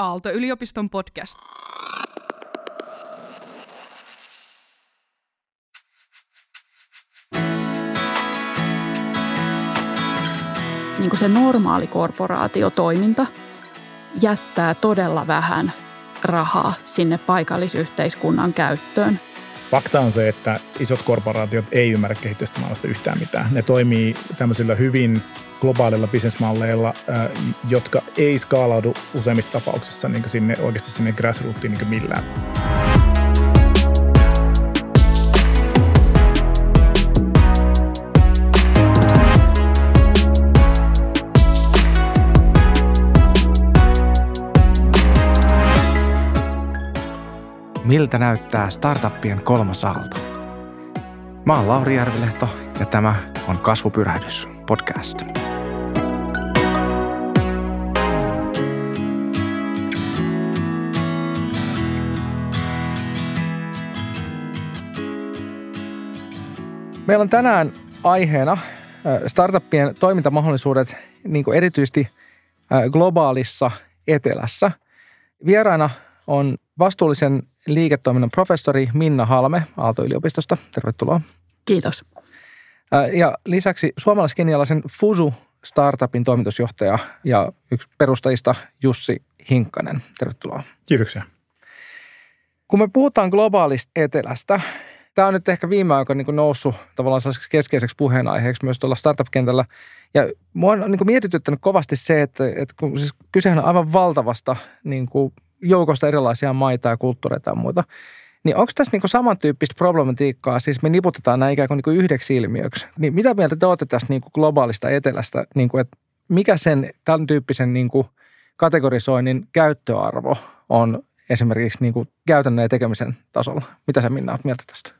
Aalto-yliopiston podcast. Niin kuin se normaali korporaatiotoiminta jättää todella vähän rahaa sinne paikallisyhteiskunnan käyttöön. Fakta on se, että isot korporaatiot ei ymmärrä kehitystä maailmasta yhtään mitään. Ne toimii tämmöisillä hyvin globaalilla bisnesmalleilla, jotka ei skaalaudu useimmissa tapauksissa niin oikeasti sinne grassrootiin niin millään. Miltä näyttää startuppien kolmas aalto? Mä oon Lauri Järvilehto ja tämä on Kasvupyrähdys podcast. Meillä on tänään aiheena startuppien toimintamahdollisuudet niin kuin erityisesti globaalissa etelässä. Vieraana on vastuullisen liiketoiminnan professori Minna Halme Aalto-yliopistosta. Tervetuloa. Kiitos. Ja lisäksi suomalais-kenialaisen Fusu-startupin toimitusjohtaja ja yksi perustajista Jussi Hinkkanen. Tervetuloa. Kiitoksia. Kun me puhutaan globaalista etelästä, tämä on nyt ehkä viime aikoina niin noussut tavallaan keskeiseksi puheenaiheeksi myös tuolla startup-kentällä. Ja mua on niin mietityttänyt kovasti se, että kun siis kysehän on aivan valtavasta niin kuin joukosta erilaisia maita ja kulttuureita ja muita. Niin onko tässä niinku samantyyppistä problematiikkaa, siis me niputetaan nämä ikään kuin yhdeksi ilmiöksi. Niin mitä mieltä te olette tästä niinku globaalista etelästä, niinku, että mikä sen tämän tyyppisen niinku kategorisoinnin käyttöarvo on esimerkiksi niinku käytännön ja tekemisen tasolla? Mitä sä Minna olet mieltä tästä?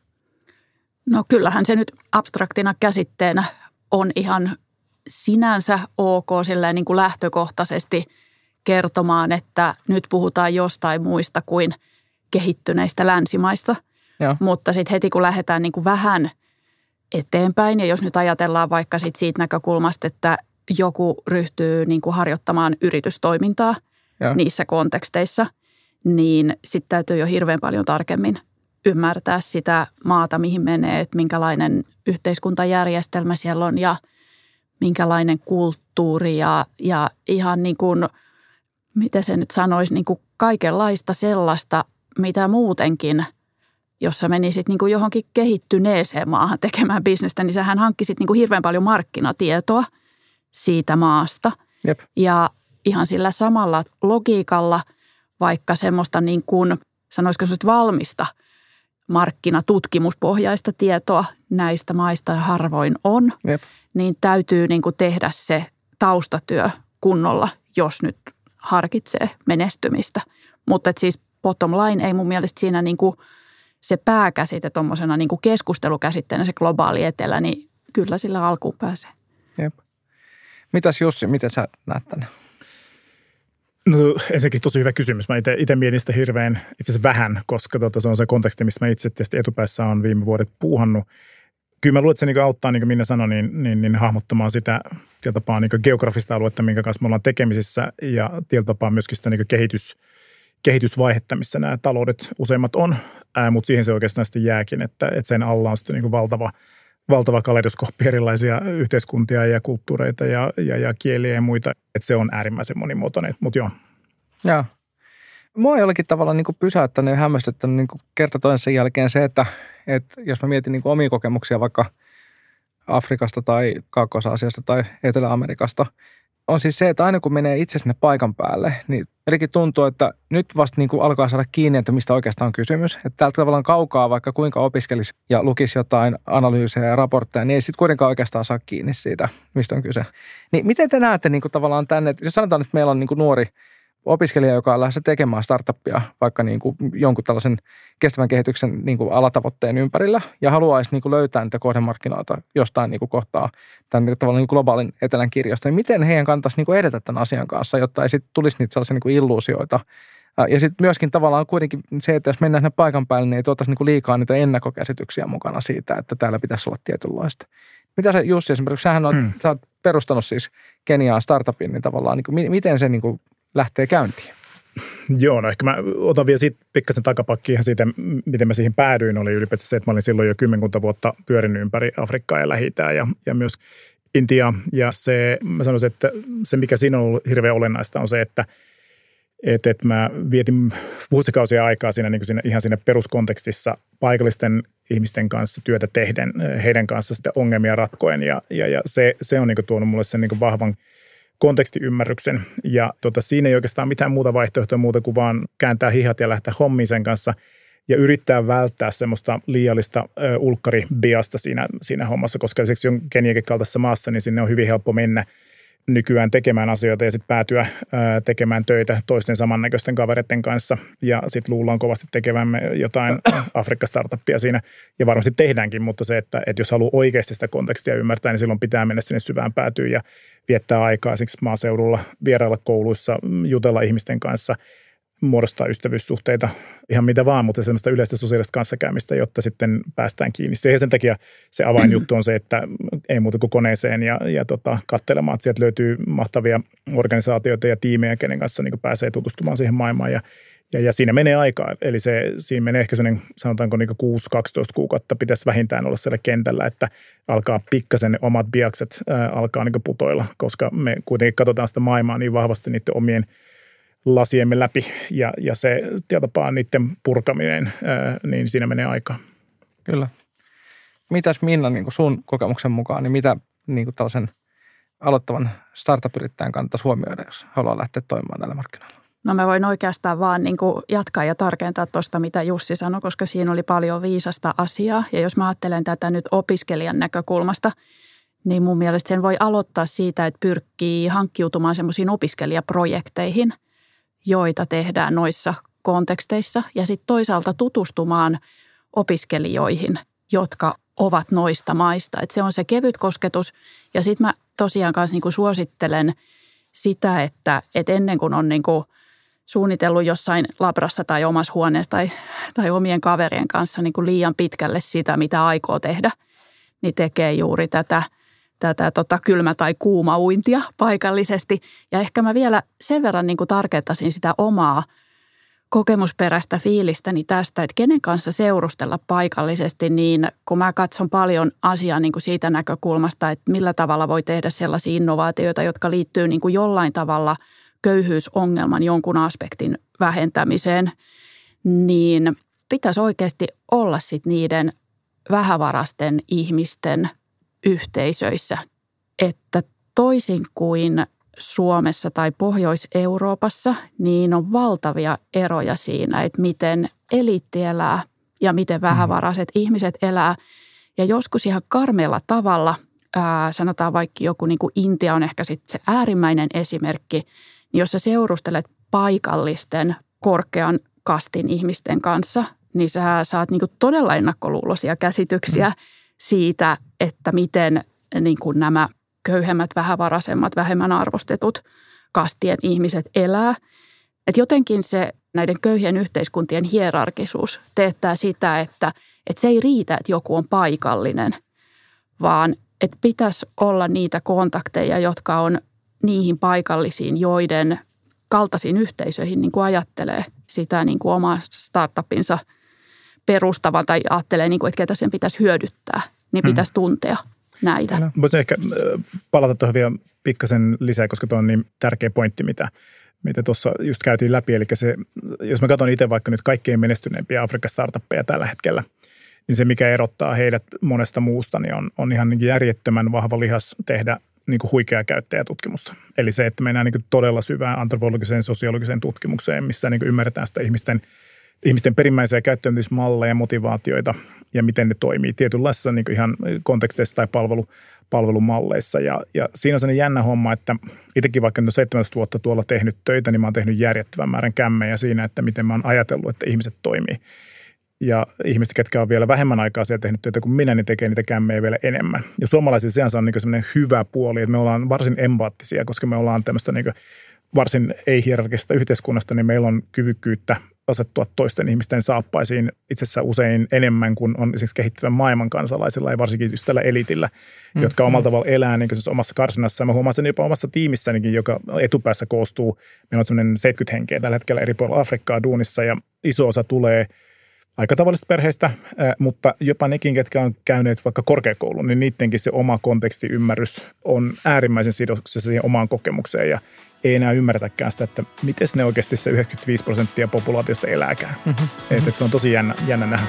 No kyllähän se nyt abstraktina käsitteenä on ihan sinänsä ok silleen niin kuin lähtökohtaisesti kertomaan, että nyt puhutaan jostain muista kuin kehittyneistä länsimaista. Joo. Mutta sitten heti kun lähdetään niin kuin vähän eteenpäin ja jos nyt ajatellaan vaikka siitä näkökulmasta, että joku ryhtyy niin kuin harjoittamaan yritystoimintaa niissä konteksteissa, niin sitten täytyy jo hirveän paljon tarkemmin ymmärtää sitä maata, mihin menee, että minkälainen yhteiskuntajärjestelmä siellä on ja minkälainen kulttuuri ja ihan niin kuin miten se nyt sanoisi, niin kuin kaikenlaista sellaista, mitä muutenkin, jos sä menisit niin kuin johonkin kehittyneeseen maahan tekemään bisnestä, niin sähän hankkisit niin kuin hirveän paljon markkinatietoa siitä maasta. Jep. Ja ihan sillä samalla logiikalla, vaikka semmoista niin kuin, sanoisiko se valmista markkinatutkimuspohjaista tietoa näistä maista harvoin on, Jep. niin täytyy niin kuin tehdä se taustatyö kunnolla, jos nyt harkitsee menestymistä. Mutta siis bottom line ei mun mielestä siinä niinku se pääkäsite tuommoisena niinku keskustelukäsitteenä se globaali etelä, niin kyllä sillä alkuun pääsee. Jep. Mitäs Jussi, miten sä näet tänne? No ensinnäkin tosi hyvä kysymys. Mä itse mietin sitä hirveän itse asiassa vähän, koska se on se konteksti, missä mä itse tietysti etupäässä on viime vuodet puuhannut. Kyllä mä luulen, että se niin auttaa, niin kuin Minna sanoi, niin hahmottamaan sitä tapaa niin geografista aluetta, minkä kanssa me ollaan tekemisissä ja tietyllä tapaa myöskin sitä niin kehitysvaihetta, missä nämä taloudet useimmat on, mutta siihen se oikeastaan sitten jääkin, että sen alla on sitten niin valtava kaleidoskooppi erilaisia yhteiskuntia ja kulttuureita ja kieliä ja muita, että se on äärimmäisen monimuotoinen, mutta joo. Joo. Mua on jollakin tavalla niin kuin pysäyttänyt ja hämmästyttänyt niin kuin kerta toisen jälkeen se, että jos mä mietin niin kuin omia kokemuksia vaikka Afrikasta tai Kaakkois-Aasiasta tai Etelä-Amerikasta, on siis se, että aina kun menee itse sinne paikan päälle, niin jotenkin tuntuu, että nyt vasta niin kuin alkaa saada kiinni, että mistä oikeastaan on kysymys. Että täältä tavallaan kaukaa, vaikka kuinka opiskelisi ja lukisi jotain analyysejä ja raportteja, niin ei sitten kuitenkaan oikeastaan saa kiinni siitä, mistä on kyse. Niin miten te näette niin kuin tavallaan tänne, että jos sanotaan, että meillä on niin kuin nuori opiskelija, joka on lähdössä tekemään startuppia vaikka niin kuin jonkun tällaisen kestävän kehityksen niin kuin alatavoitteen ympärillä ja haluaisi niin kuin löytää niitä kohdemarkkinoita jostain niin kuin kohtaa tämän tavallaan niin kuin globaalin etelän kirjosta, niin miten heidän kannattaisi niin kuin edetä tämän asian kanssa, jotta ei sitten tulisi niitä sellaisia niin kuin illuusioita. Ja sitten myöskin tavallaan kuitenkin se, että jos mennään sinne paikan päälle, niin ei tuotaisi niin kuin liikaa niitä ennakkokäsityksiä mukana siitä, että täällä pitäisi olla tietynlaista. Mitä se Jussi esimerkiksi, sä oot perustanut siis Keniaan startupin, niin tavallaan niin kuin, miten se niin kuin lähtee käyntiin? Joo, no ehkä mä otan vielä siitä pikkasen takapakki ihan siitä, miten mä siihen päädyin. Oli ylipäätään se, että mä olin silloin jo 10 vuotta pyörinyt ympäri Afrikkaa ja Lähi-Itää ja myös Intia. Ja mä sanoisin, että se mikä siinä on ollut hirveän olennaista on se, että mä vietin vuosikausia aikaa ihan siinä peruskontekstissa paikallisten ihmisten kanssa työtä tehden, heidän kanssa sitä ongelmia ratkoen. Ja se on tuonut mulle sen vahvan kontekstiymmärryksen. Ja siinä ei oikeastaan mitään muuta vaihtoehtoa muuta kuin vaan kääntää hihat ja lähteä hommiin sen kanssa ja yrittää välttää semmoista liiallista ulkkaribiasta siinä hommassa, koska lisäksi on Keniakin kaltaisessa maassa, niin sinne on hyvin helppo mennä nykyään tekemään asioita ja sitten päätyä tekemään töitä toisten samannäköisten kavereiden kanssa. Ja sitten luullaan kovasti tekevämme jotain Afrikka-startuppia siinä. Ja varmasti tehdäänkin, mutta se, että jos haluaa oikeasti sitä kontekstia ymmärtää, niin silloin pitää mennä sinne syvään päätyyn ja viettää aikaa siksi maaseudulla, vierailla kouluissa, jutella ihmisten kanssa, muodostaa ystävyyssuhteita, ihan mitä vaan, mutta semmoista yleistä sosiaalista kanssakäymistä, jotta sitten päästään kiinni. Sen takia se avainjuttu on se, että ei muuta kuin koneeseen ja katselemaan, että sieltä löytyy mahtavia organisaatioita ja tiimejä, kenen kanssa niin pääsee tutustumaan siihen maailmaan ja siinä menee aikaa. Eli siinä menee ehkä sellainen, sanotaanko 6-12 kuukautta pitäisi vähintään olla siellä kentällä, että alkaa pikkasen ne omat biakset alkaa putoilla, koska me kuitenkin katsotaan sitä maailmaa niin vahvasti niiden omien lasiemme läpi ja se tapaa niiden purkaminen, niin siinä menee aikaa. Kyllä. Mitäs Minna sun kokemuksen mukaan, niin mitä tällaisen aloittavan startup-yrittäjän kannattaisi huomioida, jos haluaa lähteä toimimaan näillä markkinoilla? No mä voin oikeastaan vaan jatkaa ja tarkentaa tuosta, mitä Jussi sanoi, koska siinä oli paljon viisasta asiaa. Ja jos mä ajattelen tätä nyt opiskelijan näkökulmasta, niin mun mielestä sen voi aloittaa siitä, että pyrkii hankkiutumaan semmoisiin opiskelijaprojekteihin, joita tehdään noissa konteksteissa ja sitten toisaalta tutustumaan opiskelijoihin, jotka ovat noista maista. Et se on se kevyt kosketus ja sitten mä tosiaan kanssa suosittelen sitä, että ennen kuin on suunnitellut jossain labrassa tai omassa huoneessa tai omien kaverien kanssa liian pitkälle sitä, mitä aikoo tehdä, niin tekee juuri tätä kylmä- tai kuuma uintia paikallisesti. Ja ehkä mä vielä sen verran tarkentaisin sitä omaa kokemusperäistä fiilistäni tästä, että kenen kanssa seurustella paikallisesti, niin kun mä katson paljon asiaa siitä näkökulmasta, että millä tavalla voi tehdä sellaisia innovaatioita, jotka liittyy jollain tavalla köyhyysongelman jonkun aspektin vähentämiseen, niin pitäisi oikeasti olla sitten niiden vähävarasten ihmisten yhteisöissä, että toisin kuin Suomessa tai Pohjois-Euroopassa, niin on valtavia eroja siinä, että miten eliitti elää ja miten vähävaraiset ihmiset elää. Ja joskus ihan karmeella tavalla, sanotaan vaikka joku Intia on ehkä sitten se äärimmäinen esimerkki, niin jos sä seurustelet paikallisten korkean kastin ihmisten kanssa, niin sä saat todella ennakkoluuloisia käsityksiä siitä, että miten nämä köyhemmät, vähävaraisemmat, vähemmän arvostetut kastien ihmiset elää. Et jotenkin se näiden köyhien yhteiskuntien hierarkisuus teettää sitä, että se ei riitä, että joku on paikallinen, vaan että pitäisi olla niitä kontakteja, jotka on niihin paikallisiin, joiden kaltaisiin yhteisöihin ajattelee sitä omaa startupinsa perustavan tai ajattelee, että ketä sen pitäisi hyödyttää, niin pitäisi tuntea näitä. Voisin ehkä palata tuohon vielä pikkasen lisää, koska tuo on niin tärkeä pointti, mitä tuossa just käytiin läpi. Eli se, jos mä katson itse vaikka nyt kaikkein menestyneimpiä Afrikka-startuppeja tällä hetkellä, niin se mikä erottaa heidät monesta muusta, niin on ihan järjettömän vahva lihas tehdä huikeaa käyttäjätutkimusta. Eli se, että mennään todella syvään antropologiseen, sosiologiseen tutkimukseen, missä ymmärretään sitä ihmisten perimmäisiä käyttäytymismalleja, motivaatioita ja miten ne toimii tietynlaisissa ihan konteksteissa tai palvelumalleissa. Ja siinä on sellainen jännä homma, että itsekin vaikka 17 vuotta tuolla tehnyt töitä, niin mä oon tehnyt järjettömän määrän kämmejä siinä, että miten mä oon ajatellut, että ihmiset toimii. Ja ihmiset, ketkä on vielä vähemmän aikaa siellä tehnyt työtä kuin minä, niin tekee niitä kämmejä vielä enemmän. Ja suomalaisilla sehän on sellainen hyvä puoli, että me ollaan varsin empaattisia, koska me ollaan tämmöistä varsin ei-hierarkista yhteiskunnasta, niin meillä on kyvykkyyttä asettua toisten ihmisten saappaisiin itse asiassa usein enemmän kuin on esimerkiksi kehittyvän maailman kansalaisilla ja varsinkin just tällä elitillä, jotka omalla tavalla elää niin kuin omassa karsinassa. Mä huomaan sen jopa omassa tiimissänikin, joka etupäässä koostuu. Meillä on semmoinen 70 henkeä tällä hetkellä eri puolilla Afrikkaa duunissa ja iso osa tulee aika tavallisista perheistä, mutta jopa nekin, ketkä on käyneet vaikka korkeakoulun, niin niidenkin se oma kontekstiymmärrys on äärimmäisen sidoksessa siihen omaan kokemukseen ja ei enää ymmärretäkään sitä, että miten ne oikeasti se 95% populaatiosta elääkään. Että se on tosi jännä nähdä.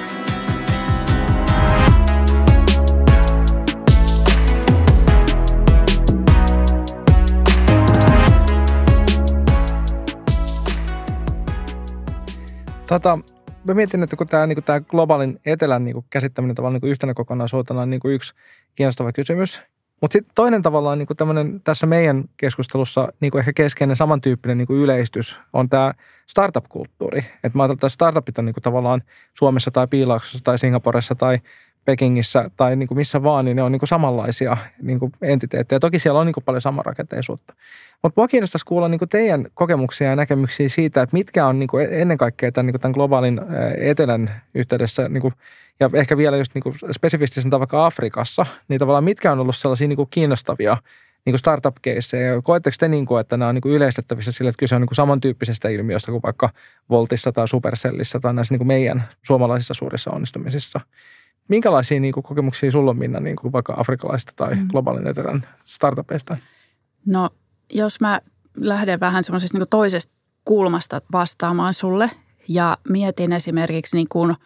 Mä mietin, että kun tämä globaalin etelän käsittäminen tavallaan yhtenä kokonaisuutena on yksi kiinnostava kysymys. Mutta sitten toinen tavallaan tämmöinen tässä meidän keskustelussa ehkä keskeinen samantyyppinen yleistys on tämä startup-kulttuuri. Että mä ajattelen, että startupit on tavallaan Suomessa tai Piilauksessa tai Singaporessa tai Pekingissä tai missä vaan, niin ne on samanlaisia entiteettejä. Toki siellä on paljon samanrakenteisuutta. Mutta mua kiinnostaisi kuulla teidän kokemuksia ja näkemyksiä siitä, että mitkä on ennen kaikkea tämän globaalin etelän yhteydessä, ja ehkä vielä just spesifisti vaikka Afrikassa, niin tavallaan mitkä on ollut sellaisia kiinnostavia startup-keissejä. Koetteko te, että nämä on yleistettävissä sille, että kyse on samantyyppisestä ilmiöstä kuin vaikka Voltissa tai Supercellissä tai näissä meidän suomalaisissa suurissa onnistumisissa? Minkälaisia kokemuksia sulla on, Minna, vaikka afrikkalaisista tai globaalin etelän startupeista? No, jos mä lähden vähän semmoisesta toisesta kulmasta vastaamaan sulle ja mietin esimerkiksi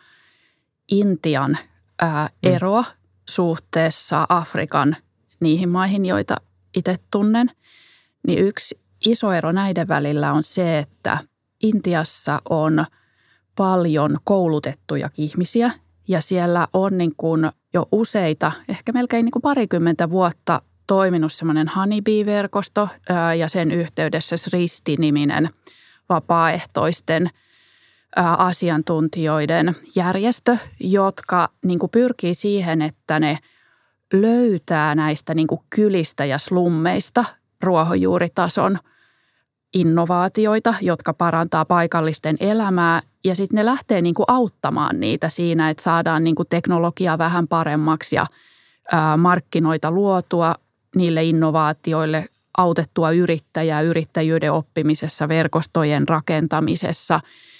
Intian eroa suhteessa Afrikan niihin maihin, joita itse tunnen, niin yksi iso ero näiden välillä on se, että Intiassa on paljon koulutettuja ihmisiä ja siellä on jo useita, ehkä melkein parikymmentä vuotta toiminut semmoinen Honeybee-verkosto ja sen yhteydessä Sristi-niminen vapaaehtoisten asiantuntijoiden järjestö, jotka pyrkii siihen, että ne löytää näistä kylistä ja slummeista ruohonjuuritason innovaatioita, jotka parantaa paikallisten elämää ja sitten ne lähtee auttamaan niitä siinä, että saadaan teknologiaa vähän paremmaksi ja markkinoita luotua niille innovaatioille, autettua yrittäjää yrittäjyyden oppimisessa, verkostojen rakentamisessa.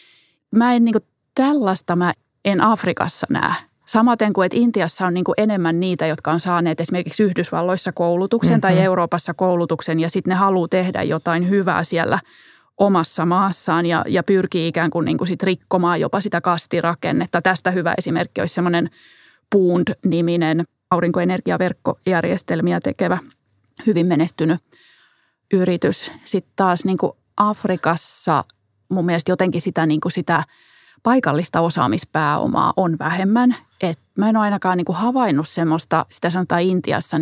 Tällaista mä en Afrikassa näe. Samaten kuin, että Intiassa on enemmän niitä, jotka on saaneet esimerkiksi Yhdysvalloissa koulutuksen tai Euroopassa koulutuksen ja sitten ne haluaa tehdä jotain hyvää siellä omassa maassaan ja pyrkii ikään kuin, sit rikkomaan jopa sitä kastirakennetta. Tästä hyvä esimerkki olisi semmoinen Poond-niminen aurinkoenergiaverkkojärjestelmiä tekevä hyvin menestynyt yritys. Sitten taas Afrikassa mun mielestä jotenkin sitä paikallista osaamispääomaa on vähemmän. Et mä en ole ainakaan havainnut semmoista, sitä sanotaan Intiassa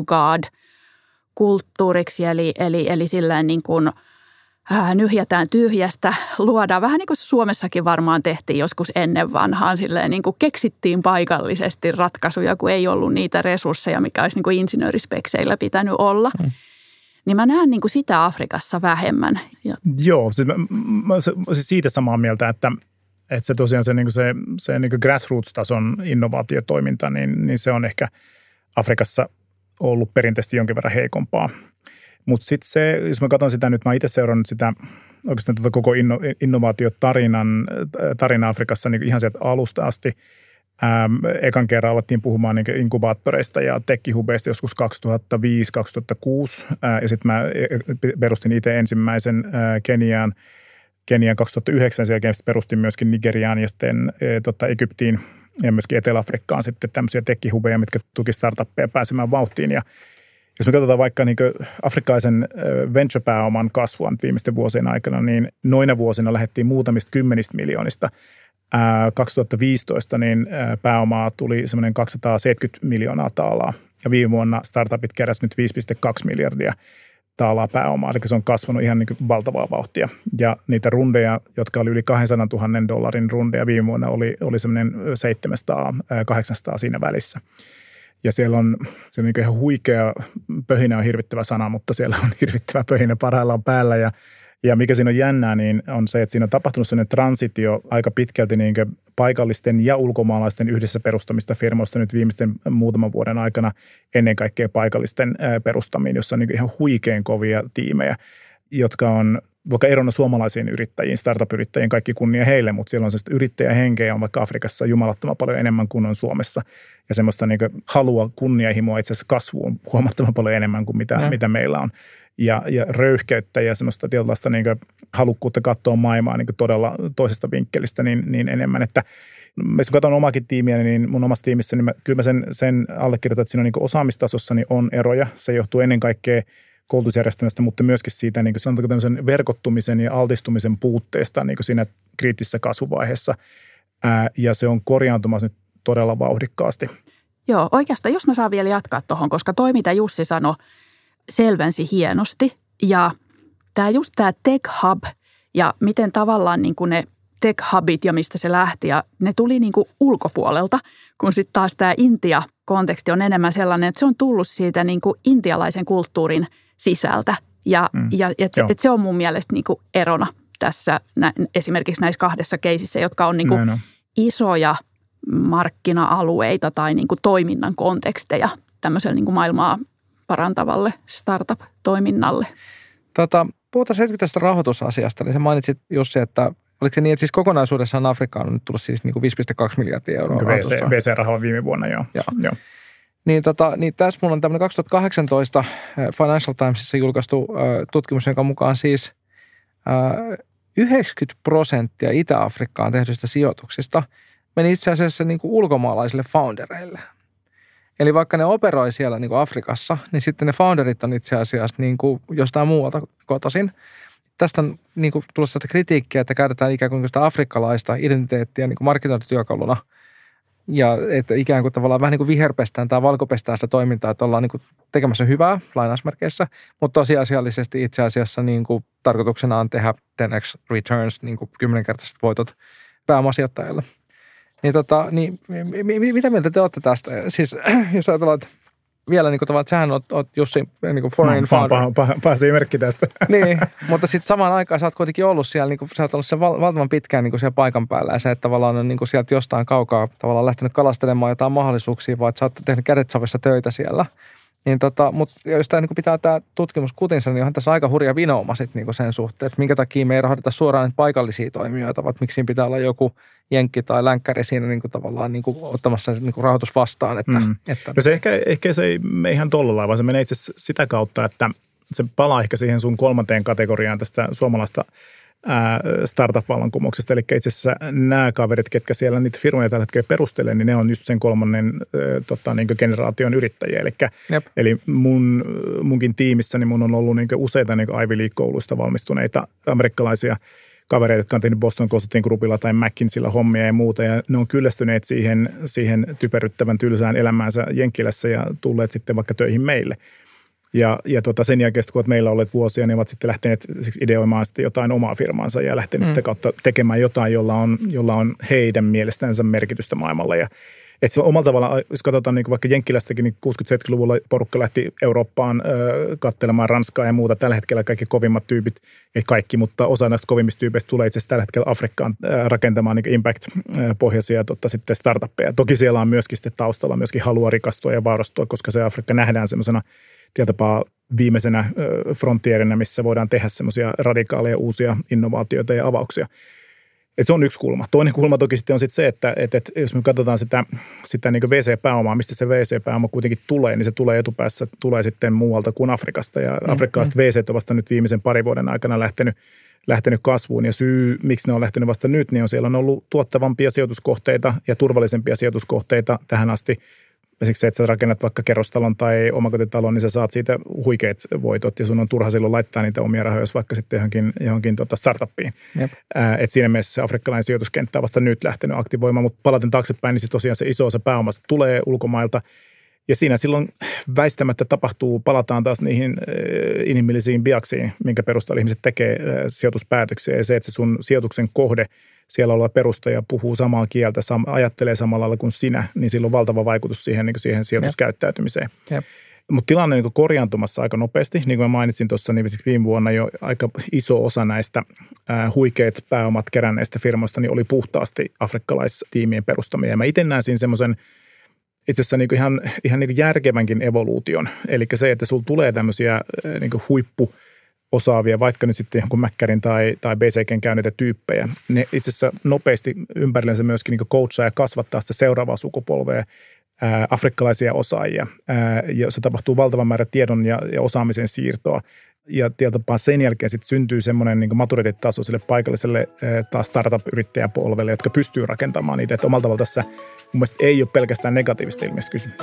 jugaad-kulttuuriksi, eli silleen nyhjätään tyhjästä, luodaan vähän niin kuin Suomessakin varmaan tehtiin joskus ennen vanhaan, silleen keksittiin paikallisesti ratkaisuja, kun ei ollut niitä resursseja, mikä olisi insinöörispekseillä pitänyt olla. Niin mä näen sitä Afrikassa vähemmän. Joo, siis mä siitä samaa mieltä, että se tosiaan se grassroots-tason innovaatiotoiminta, niin se on ehkä Afrikassa ollut perinteisesti jonkin verran heikompaa. Mutta sitten se, jos mä katson sitä nyt, mä itse seurannut sitä oikeastaan koko innovaatiotarina Afrikassa ihan sieltä alusta asti. Ekan kerran alettiin puhumaan inkubaattoreista ja tekkihubeista joskus 2005-2006 ja sitten mä perustin itse ensimmäisen Keniaan 2009, sen jälkeen perustin myöskin Nigeriaan ja sitten Egyptiin ja myöskin Etelä-Afrikkaan sitten tämmöisiä tekkihubeja, mitkä tuki startuppeja pääsemään vauhtiin. Ja jos me katsotaan vaikka afrikkalaisen venture-pääoman kasvua viimeisten vuosien aikana, niin noina vuosina lähdettiin muutamista 10 miljoonista. 2015 niin pääomaa tuli semmoinen 270 miljoonaa taalaa ja viime vuonna startupit keräsivät nyt 5,2 miljardia taalaa pääomaa, eli se on kasvanut ihan valtavaa vauhtia. Ja niitä rundeja, jotka oli yli 200 000 dollarin rundeja viime vuonna, oli semmoinen 700-800 siinä välissä. Ja siellä on ihan huikea, pöhinä on hirvittävä sana, mutta siellä on hirvittävä pöhinä parhaillaan päällä ja Ja mikä siinä on jännää, niin on se, että siinä on tapahtunut sellainen transitio aika pitkälti niin kuin paikallisten ja ulkomaalaisten yhdessä perustamista firmoista nyt viimeisten muutaman vuoden aikana ennen kaikkea paikallisten perustamiin, jossa on niin kuin ihan huikein kovia tiimejä, jotka on vaikka erona suomalaisiin yrittäjiin, startup-yrittäjiin, kaikki kunnia heille, mutta siellä on sellaista yrittäjähenkeä on vaikka Afrikassa jumalattoman paljon enemmän kuin on Suomessa. Ja semmoista niin kuin halua, kunnianhimoa itse asiassa kasvuun huomattavan paljon enemmän kuin mitä meillä on. Ja röyhkeyttä ja semmoista tietynlaista niin kuin halukkuutta katsoa maailmaa niin kuin todella toisesta vinkkelistä niin enemmän. Että jos katson omaakin tiimiä, niin mun omassa tiimissä, niin kyllä mä sen allekirjoitan, että siinä on niin kuin osaamistasossa niin on eroja. Se johtuu ennen kaikkea koulutusjärjestelmästä, mutta myöskin siitä niin kuin sanotaanko tämmöisen verkottumisen ja altistumisen puutteesta niin kuin siinä kriittisessä kasvuvaiheessa. Ja se on korjaantumassa nyt todella vauhdikkaasti. Joo, oikeastaan jos mä saan vielä jatkaa tuohon, koska toi mitä Jussi sanoi selvensi hienosti. Ja tämä Tech Hub ja miten tavallaan niin kuin ne Tech Hubit ja mistä se lähti ja ne tuli niin kuin ulkopuolelta, kun sitten taas tämä Intia-konteksti on enemmän sellainen, että se on tullut siitä niin kuin intialaisen kulttuurin sisältä. Ja et se on mun mielestä niin kuin erona tässä esimerkiksi näissä kahdessa keisissä, jotka on niin kuin isoja markkina-alueita tai niin kuin toiminnan konteksteja tämmöiselle niin kuin maailmaa parantavalle startup-toiminnalle. Puhutaan hetki tästä rahoitusasiasta, niin sä mainitsit Jussi, että oliko se niin, että siis kokonaisuudessaan Afrikkaan on nyt tullut siis niin kuin 5,2 miljardia euroa rahoitusta? VC-rahaa viime vuonna, joo. Niin tässä mulla on tämmöinen 2018 Financial Timesissa julkaistu tutkimus, jonka mukaan siis 90% Itä-Afrikkaan tehdyistä sijoituksista meni itse asiassa niin kuin ulkomaalaisille foundereille. Eli vaikka ne operoi siellä niin kuin Afrikassa, niin sitten ne founderit on itse asiassa niin kuin jostain muualta kotoisin. Tästä on niin kuin tullut sitä kritiikkiä, että käytetään ikään kuin sitä afrikkalaista identiteettiä niin kuin markkinointityökaluna. Ja että ikään kuin tavallaan vähän niin kuin viherpestään tai valkopestään sitä toimintaa, että ollaan niin kuin tekemässä hyvää lainausmerkeissä, mutta tosiasiallisesti itse asiassa niin kuin tarkoituksena on tehdä 10x returns, niin kuin 10-kertaiset voitot pääomasijoittajalle. Niin, mitä mieltä te olette tästä? Siis jos ajatellaan, että vielä niin kuin tavallaan, että sähän oot Jussi niin kuin foreign founder. Paha merkki tästä. Niin, mutta sitten samaan aikaan sä oot kuitenkin ollut siellä, niin kuin, sä oot ollut siellä valtavan pitkään niin kuin siellä paikan päällä ja sä et tavallaan on niin kuin sieltä jostain kaukaa tavallaan lähtenyt kalastelemaan jotain mahdollisuuksia, vaan että sä oot tehnyt kädet savessa töitä siellä. Niin mutta jos tämä niin pitää tämä tutkimus kutinsa, niin onhan tässä aika hurja vinouma sit niin sen suhteen, että minkä takia me ei rahoiteta suoraan paikallisia toimijoita, vaan miksi siinä pitää olla joku jenkki tai länkkäri siinä niin tavallaan niin ottamassa niin rahoitus vastaan. Että. No se ehkä se ei mene ihan tolla lailla, vaan se menee itse sitä kautta, että se palaa ehkä siihen sun kolmanteen kategoriaan tästä suomalaista startup-vallankumouksesta. Eli itse asiassa nämä kaverit, ketkä siellä niitä firmoja tällä hetkellä perustelee, niin ne on just sen kolmannen niin generaation yrittäjiä. Eli munkin tiimissäni mun on ollut niin useita niin Ivy League-kouluista valmistuneita amerikkalaisia kavereita, jotka on tehnyt Boston Consulting Groupilla tai McKinseyllä hommia ja muuta. Ja ne on kyllästyneet siihen typeryttävän tylsään elämäänsä Jenkkilässä ja tulleet sitten vaikka töihin meille. Ja sen jälkeen, kun meillä on olleet vuosia, niin ovat sitten lähteneet ideoimaan sitten jotain omaa firmaansa ja lähteneet sitä kautta tekemään jotain, jolla on heidän mielestänsä merkitystä maailmalla. Ja että se on omalla tavalla, jos katsotaan niin vaikka Jenkkilästäkin, niin 60-70-luvulla porukka lähti Eurooppaan katselemaan Ranskaa ja muuta. Tällä hetkellä kaikki kovimmat tyypit, ei kaikki, mutta osa näistä kovimmista tyypeistä tulee itse asiassa tällä hetkellä Afrikkaan rakentamaan niin impact-pohjaisia sitten startuppeja. Toki siellä on myöskin sitten taustalla myöskin halua rikastua ja vaurastua, koska se Afrikka nähdään semmoisena tietäpä viimeisenä frontierinä, missä voidaan tehdä semmoisia radikaaleja uusia innovaatioita ja avauksia. Et se on yksi kulma. Toinen kulma toki sitten on sitten se, että jos me katsotaan sitä niin kuin VC-pääomaa, mistä se VC-pääoma kuitenkin tulee, niin se tulee etupäässä tulee sitten muualta kuin Afrikasta. Ja afrikkalaiset VCt on vasta nyt viimeisen parin vuoden aikana lähtenyt kasvuun. Ja syy, miksi ne on lähtenyt vasta nyt, niin on siellä on ollut tuottavampia sijoituskohteita ja turvallisempia sijoituskohteita tähän asti. Esimerkiksi se, että sä rakennat vaikka kerrostalon tai omakotitalon, niin sä saat siitä huikeat voitot ja sun on turha silloin laittaa niitä omia rahoja, vaikka sitten johonkin startuppiin. Et siinä mielessä se afrikkalainen sijoituskenttä on vasta nyt lähtenyt aktivoimaan, mutta palaten taaksepäin, niin siis tosiaan se iso osa pääomasta tulee ulkomailta. Ja siinä silloin väistämättä palataan taas niihin inhimillisiin biaksiin, minkä perusteella ihmiset tekee sijoituspäätöksiä. Ja se, että se sun sijoituksen kohde, siellä oleva perustaja puhuu samaa kieltä, ajattelee samalla lailla kuin sinä, niin sillä on valtava vaikutus siihen sijoituskäyttäytymiseen. Mutta tilanne on niin korjaantumassa aika nopeasti. Niin kuin mä mainitsin tuossa, niin viime vuonna jo aika iso osa näistä huikeat pääomat keränneistä firmoista niin oli puhtaasti afrikkalaistiimien perustamia. Ja mä itse näen siinä semmoisen itse asiassa niin ihan niin järkevänkin evoluution. Eli se, että sulla tulee tämmöisiä niin huippuosaavia, vaikka nyt sitten jonkun Mäkkärin tai BCGn käyneitä tyyppejä. Ne itse asiassa nopeasti ympärillensä myöskin niin coachaa ja kasvattaa sitä seuraavaa sukupolvea afrikkalaisia osaajia. Ja se tapahtuu valtavan määrä tiedon ja osaamisen siirtoa. Ja tietopaa sen jälkeen sitten syntyy semmoinen niin maturiteettitaso sille paikalliselle taas startup-yrittäjäpolvelle, jotka pystyy rakentamaan niitä. Että omalla tavalla tässä mun mielestä ei ole pelkästään negatiivista ilmiöstä kysymys.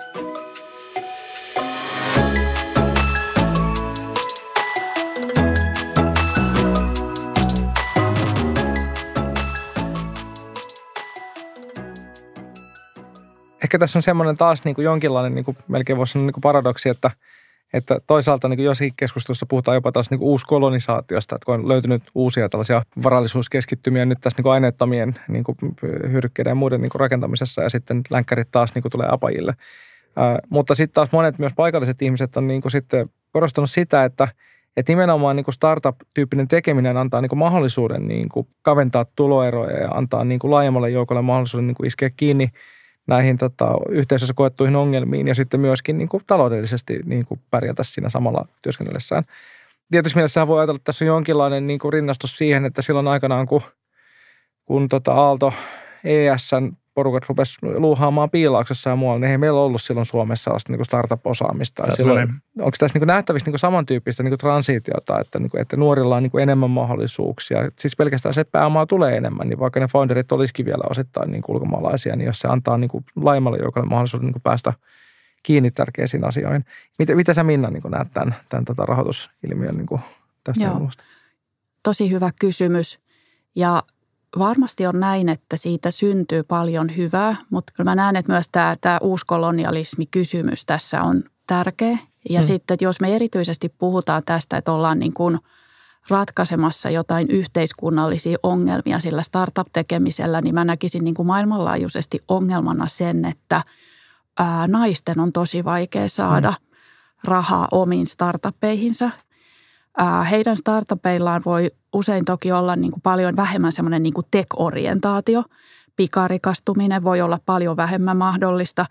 Ehkä tässä on semmoinen taas niin kuin jonkinlainen, niin kuin melkein voisi sanoa niin kuin paradoksi, että toisaalta niin kuin jossakin keskustelussa puhutaan jopa taas niin kuin uuskolonisaatiosta, että kun on löytynyt uusia tällaisia varallisuuskeskittymiä nyt tässä niin kuin aineettomien niin kuin hyödykkeiden ja muiden niin kuin rakentamisessa ja sitten länkkärit taas niin kuin tulee apajille. Mutta sitten taas monet myös paikalliset ihmiset on niin kuin sitten korostanut sitä, että nimenomaan niin kuin startup-tyyppinen tekeminen antaa niin kuin mahdollisuuden niin kuin kaventaa tuloeroja ja antaa niin kuin laajemmalle joukolle mahdollisuuden niin kuin iskeä kiinni näihin yhteisössä koettuihin ongelmiin ja sitten myöskin niin kuin taloudellisesti niin kuin pärjätä siinä samalla työskennellessään. Tietysti mielessä voi ajatella, että tässä on jonkinlainen niin kuin rinnastus siihen, että silloin aikanaan, kun Aalto ES:n porukat rupesi luuhaamaan Piilauksessa ja muualla, niin ei meillä ollut silloin Suomessa sellaista niin startup-osaamista. Onko tässä niin nähtävissä niin samantyyppistä niin transitiota, että nuorilla on niin enemmän mahdollisuuksia? Siis pelkästään se, että pääomaa tulee enemmän, niin vaikka ne founderit olisikin vielä osittain niin ulkomaalaisia, niin jos se antaa niin laajemmalle joukolle mahdollisuuden niin päästä kiinni tärkeisiin asioihin. Mitä sä, Minna, niin näet tämän rahoitusilmiön niin tästä? Joo, tosi hyvä kysymys. Ja varmasti on näin, että siitä syntyy paljon hyvää, mutta kyllä mä näen, että myös tämä uuskolonialismi-kysymys tässä on tärkeä. Ja sitten, että jos me erityisesti puhutaan tästä, että ollaan niin kuin ratkaisemassa jotain yhteiskunnallisia ongelmia sillä startup-tekemisellä, niin mä näkisin niin kuin maailmanlaajuisesti ongelmana sen, että naisten on tosi vaikea saada rahaa omiin startuppeihinsa. Heidän startupeillaan voi usein toki olla niin kuin paljon vähemmän semmoinen niin kuin tech-orientaatio. Pikarikastuminen voi olla paljon vähemmän mahdollista.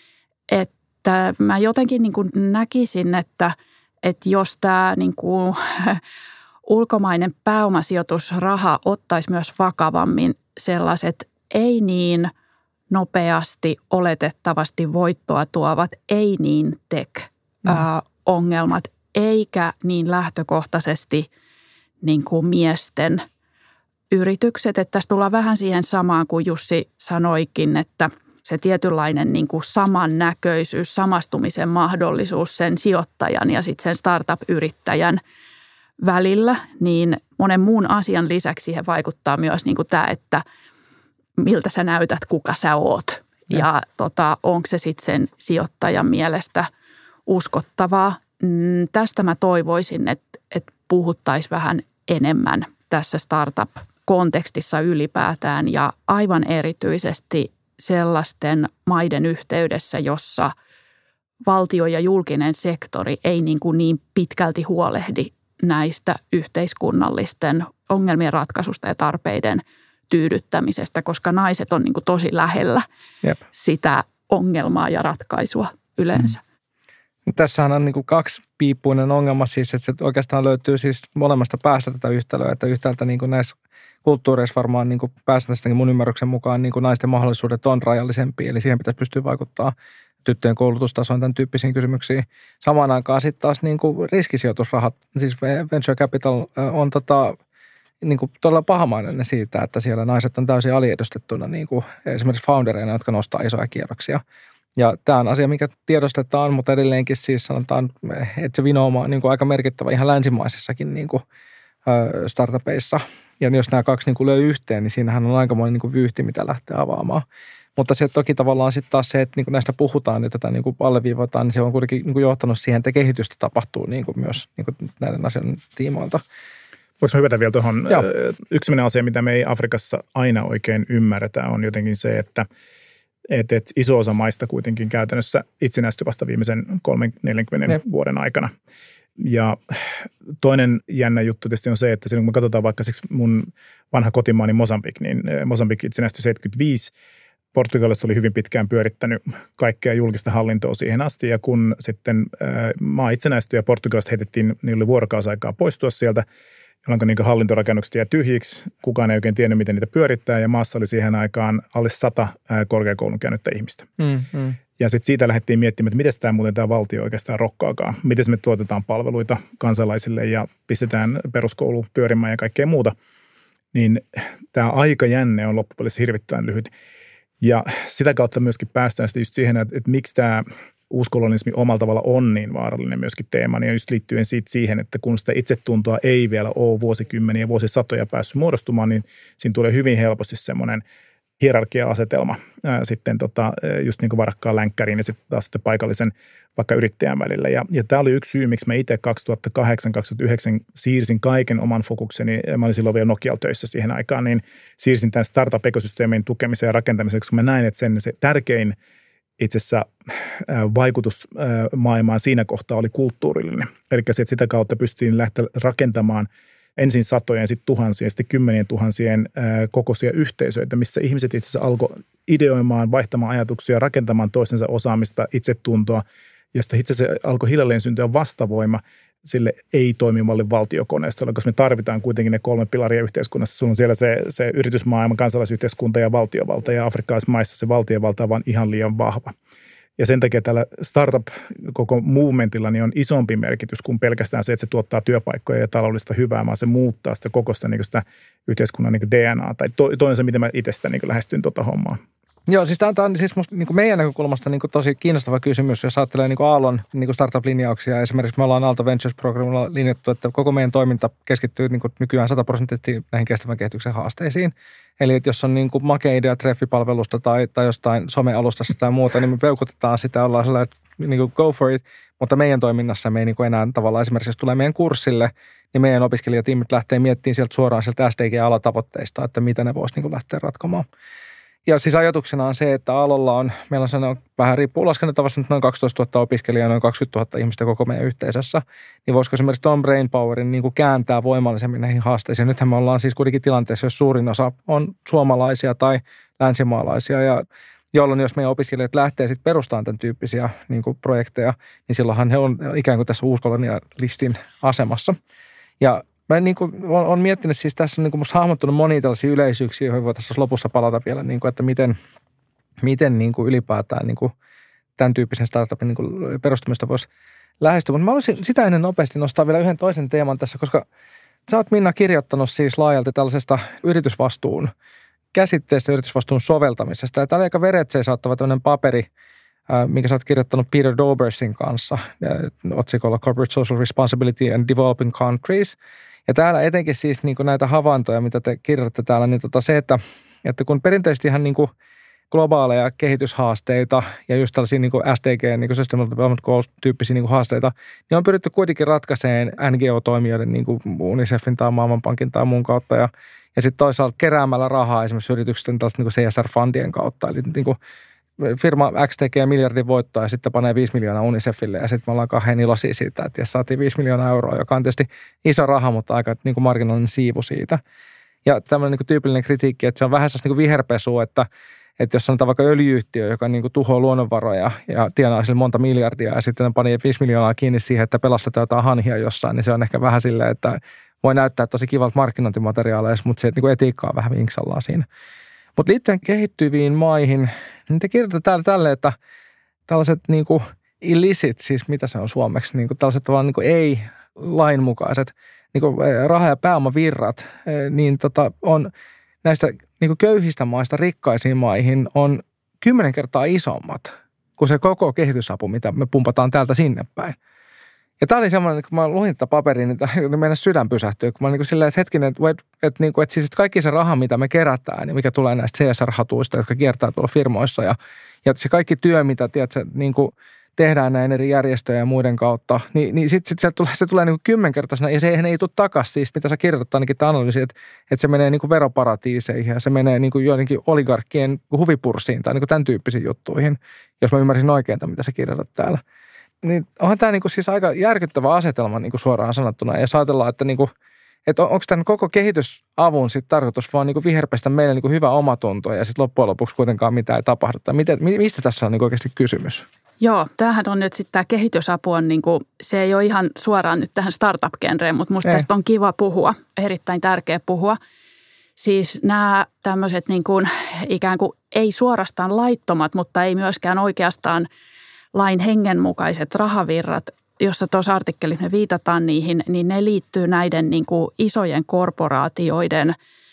Että mä jotenkin niin kuin näkisin, että jos tämä niin kuin ulkomainen pääomasijoitusraha ottaisi myös vakavammin sellaiset ei niin nopeasti oletettavasti voittoa tuovat, ei niin tech-ongelmat, eikä niin lähtökohtaisesti niin kuin miesten yritykset. Että tässä tullaan vähän siihen samaan kuin Jussi sanoikin, että se tietynlainen niin kuin samannäköisyys, samastumisen mahdollisuus sen sijoittajan ja sitten sen startup-yrittäjän välillä, niin monen muun asian lisäksi siihen vaikuttaa myös niin kuin tämä, että miltä sä näytät, kuka sä oot. Ja onko se sitten sen sijoittajan mielestä uskottavaa. Tästä mä toivoisin, että puhuttaisiin vähän enemmän tässä startup-kontekstissa ylipäätään ja aivan erityisesti sellaisten maiden yhteydessä, jossa valtio ja julkinen sektori ei niin pitkälti huolehdi näistä yhteiskunnallisten ongelmien ratkaisusta ja tarpeiden tyydyttämisestä, koska naiset on niin kuin tosi lähellä sitä ongelmaa ja ratkaisua yleensä. Tässähän on niin kuin kaksipiippuinen ongelma siis, että se oikeastaan löytyy siis molemmasta päästä tätä yhtälöä, että yhtäältä niin kuin näissä kulttuureissa varmaan niin kuin päästä mun ymmärryksen mukaan niin kuin naisten mahdollisuudet on rajallisempia, eli siihen pitäisi pystyä vaikuttaa tyttöjen koulutustasoon tämän tyyppisiin kysymyksiin. Samaan aikaan sitten taas niin kuin riskisijoitusrahat, siis venture capital on niin kuin todella pahamainen siitä, että siellä naiset on täysin aliedustettuna niin kuin esimerkiksi foundereina, jotka nostaa isoja kierroksia. Ja tämä on asia, mikä tiedostetaan, mutta edelleenkin siis sanotaan, että se vinouma on niin kuin aika merkittävä ihan länsimaisissakin niin kuin startupeissa. Ja jos nämä kaksi niin kuin löy yhteen, niin siinähän on aikamoinen niin kuin vyyhti, mitä lähtee avaamaan. Mutta se toki tavallaan sitten taas se, että niin kuin näistä puhutaan ja tätä niin kuin alleviivataan, niin se on kuitenkin niin kuin johtanut siihen, että kehitystä tapahtuu niin kuin myös niin kuin näiden asioiden tiimoilta. Voinko hypätä vielä tuohon? Yksi sellainen asia, mitä me ei Afrikassa aina oikein ymmärretä, on jotenkin se, että että iso osa maista kuitenkin käytännössä itsenäistyi vasta viimeisen 30-40 vuoden aikana. Ja toinen jännä juttu tietysti on se, että silloin kun me katsotaan vaikka mun vanha kotimaani Mosambik, niin Mosambik itsenäistyi 75. Portugalista oli hyvin pitkään pyörittänyt kaikkea julkista hallintoa siihen asti, ja kun sitten maa itsenäistyi ja Portugalista heitettiin, niin oli vuorokausaikaa poistua sieltä, jolloin niin hallintorakennukset jäi tyhjiksi. Kukaan ei oikein tiennyt, miten niitä pyörittää, ja maassa oli siihen aikaan alle 100 korkeakoulun käynyttä ihmistä. Ja sitten siitä lähdettiin miettimään, että miten tämä valtio oikeastaan rokkaakaan. Miten me tuotetaan palveluita kansalaisille ja pistetään peruskoulu pyörimään ja kaikkea muuta. Niin tämä aikajänne on loppupeleissä hirvittävän lyhyt. Ja sitä kautta myöskin päästään sitten just siihen, että miksi tämä uuskolonismi omalla tavalla on niin vaarallinen myöskin teema, niin just liittyen siihen, että kun sitä itsetuntoa ei vielä ole vuosikymmeniä, vuosisatoja päässyt muodostumaan, niin siinä tulee hyvin helposti semmoinen hierarkia-asetelma sitten just niin kuin varakkaan länkkäriin ja sitten taas sitten paikallisen vaikka yrittäjän välillä. Ja tämä oli yksi syy, miksi mä itse 2008-2009 siirsin kaiken oman fokukseni, mä olin silloin vielä Nokialla töissä siihen aikaan, niin siirsin tämän startup-ekosysteemin tukemiseen ja rakentamiseksi, kun mä näin, että se tärkein itse asiassa vaikutus maailmaan siinä kohtaa oli kulttuurillinen. Eli se, että sitä kautta pystyttiin lähteä rakentamaan ensin satojen, sitten tuhansien, sitten 10 000 kokoisia yhteisöitä, missä ihmiset itse asiassa alkoi ideoimaan, vaihtamaan ajatuksia, rakentamaan toistensa osaamista, itsetuntoa, josta itse asiassa alkoi hiljalleen syntyä vastavoima sille ei-toimivalle valtiokoneistolle, koska me tarvitaan kuitenkin ne 3 pilaria yhteiskunnassa. Sulla on siellä se yritysmaailma, kansalaisyhteiskunta ja valtiovalta, ja afrikkalaisissa maissa se valtiovalta on vaan ihan liian vahva. Ja sen takia tällä startup-koko movementilla niin on isompi merkitys kuin pelkästään se, että se tuottaa työpaikkoja ja taloudellista hyvää, vaan se muuttaa sitä koko sitä yhteiskunnan DNA. Tai toinen se, miten mä itse sitä lähestyn hommaa. Joo, siis tämä on siis musta, meidän näkökulmasta tosi kiinnostava kysymys, jos ajattelee Aallon startup-linjauksia. Esimerkiksi me ollaan Aalto Ventures-programmilla linjattu, että koko meidän toiminta keskittyy nykyään 100% näihin kestävän kehityksen haasteisiin. Eli että jos on makea idea treffipalvelusta tai jostain somealustasta tai muuta, niin me peukutetaan sitä, ollaan sellainen go for it. Mutta meidän toiminnassa me ei enää tavallaan esimerkiksi, jos tulee meidän kurssille, niin meidän opiskelijatiimit lähtee miettimään sieltä suoraan sieltä SDG-alatavoitteista, että mitä ne voisi lähteä ratkomaan. Ja siis ajatuksena on se, että Aallolla on, meillä on sellainen, vähän riippuu laskennettavasti, noin 12 000 opiskelijaa, noin 20 000 ihmistä koko meidän yhteisössä. Niin voisiko esimerkiksi Tom Brainpowerin kääntää voimallisemmin näihin haasteisiin? Nythän me ollaan siis kuitenkin tilanteessa, jos suurin osa on suomalaisia tai länsimaalaisia, ja jolloin jos meidän opiskelijat lähtee sitten perustamaan tämän tyyppisiä projekteja, niin silloinhan he on ikään kuin tässä uuskolonialistin asemassa. Ja mä olen miettinyt siis tässä musta hahmottunut monia tällaisia yleisyyksiä, joihin voi tässä lopussa palata vielä, että miten ylipäätään tämän tyyppisen startupin perustamista voisi lähestyä. Mutta mä haluaisin sitä ennen nopeasti nostaa vielä yhden toisen teeman tässä, koska sä oot, Minna, kirjoittanut siis laajalti tällaisesta yritysvastuun käsitteestä, yritysvastuun soveltamisesta. Ja tämä oli aika veretseisattava tämmöinen paperi, minkä sä oot kirjoittanut Peter Dobersin kanssa otsikolla Corporate Social Responsibility and Developing Countries. Ja täällä etenkin siis näitä havaintoja, mitä te kirjoitatte täällä, niin se, että kun perinteisesti ihan globaaleja kehityshaasteita ja just tällaisia SDG, Sustainable Development Goals-tyyppisiä haasteita, niin on pyritty kuitenkin ratkaisemaan NGO-toimijoiden, UNICEFin tai Maailmanpankin tai muun kautta, ja sitten toisaalta keräämällä rahaa esimerkiksi yritysten CSR-fundien kautta, eli firma X tekee miljardin voittoa ja sitten panee 5 miljoonaa UNICEFille ja sitten me ollaan kahden iloisia siitä, että jos saatiin 5 miljoonaa euroa, joka on tietysti iso raha, mutta aika marginaalinen siivu siitä. Ja tämmöinen tyypillinen kritiikki, että se on vähän sellaista viherpesua, että jos sanotaan vaikka öljyyhtiö, joka tuhoaa luonnonvaroja ja tienaa sille monta miljardia ja sitten pani 5 miljoonaa kiinni siihen, että pelastetaan jotain hanhia jossain, niin se on ehkä vähän silleen, että voi näyttää tosi kivalta markkinointimateriaaleissa, mutta se etiikka on vähän vinksallaan siinä. Mutta liittyen kehittyviin maihin, niin te kirjoitatte täällä tälle, että tällaiset illicit, siis mitä se on suomeksi, tällaiset tavallaan ei-lainmukaiset raha- ja pääomavirrat, niin on näistä köyhistä maista rikkaisiin maihin on 10 kertaa isommat kuin se koko kehitysapu, mitä me pumpataan täältä sinne päin. Ja tämä oli semmoinen, kun mä luin tätä paperia, niin meidän sydän pysähtyi. Kun mä silleen, että hetkinen, että siis kaikki se raha, mitä me kerätään ja mikä tulee näistä CSR-hatuista, jotka kiertää tuolla firmoissa ja se kaikki työ, mitä tehdään näin eri järjestöjä ja muiden kautta, niin sitten se tulee niin kuin 10-kertaisena, ja se ei tule takaisin, siis mitä sä kirjoitat ainakin tämä analyysi, että se menee niin kuin veroparatiiseihin ja se menee niin kuin joidenkin oligarkkien huvipurssiin tai niin kuin tämän tyyppisiin juttuihin, jos mä ymmärsin oikein, mitä sä kirjoitat täällä. Niin onhan tämä niin kuin siis aika järkyttävä asetelma niin kuin suoraan sanottuna, ja jos ajatellaan, että, niin kuin, että onko tämän koko kehitysavun sitten tarkoitus vaan niin kuin viherpestä meille niin kuin hyvä omatunto ja sitten loppujen lopuksi kuitenkaan mitään ei tapahdu. Mistä tässä on niin kuin oikeasti kysymys? Joo, tämähän on nyt sitten tämä kehitysapu on niin kuin, se ei ole ihan suoraan nyt tähän startup-genreen, mutta musta tästä on kiva puhua, erittäin tärkeä puhua. Siis nämä tämmöiset niin kuin ikään kuin ei suorastaan laittomat, mutta ei myöskään oikeastaan lain hengenmukaiset rahavirrat, jossa tuossa artikkelissa me viitataan niihin, niin ne liittyy näiden niin kuin isojen korporaatioiden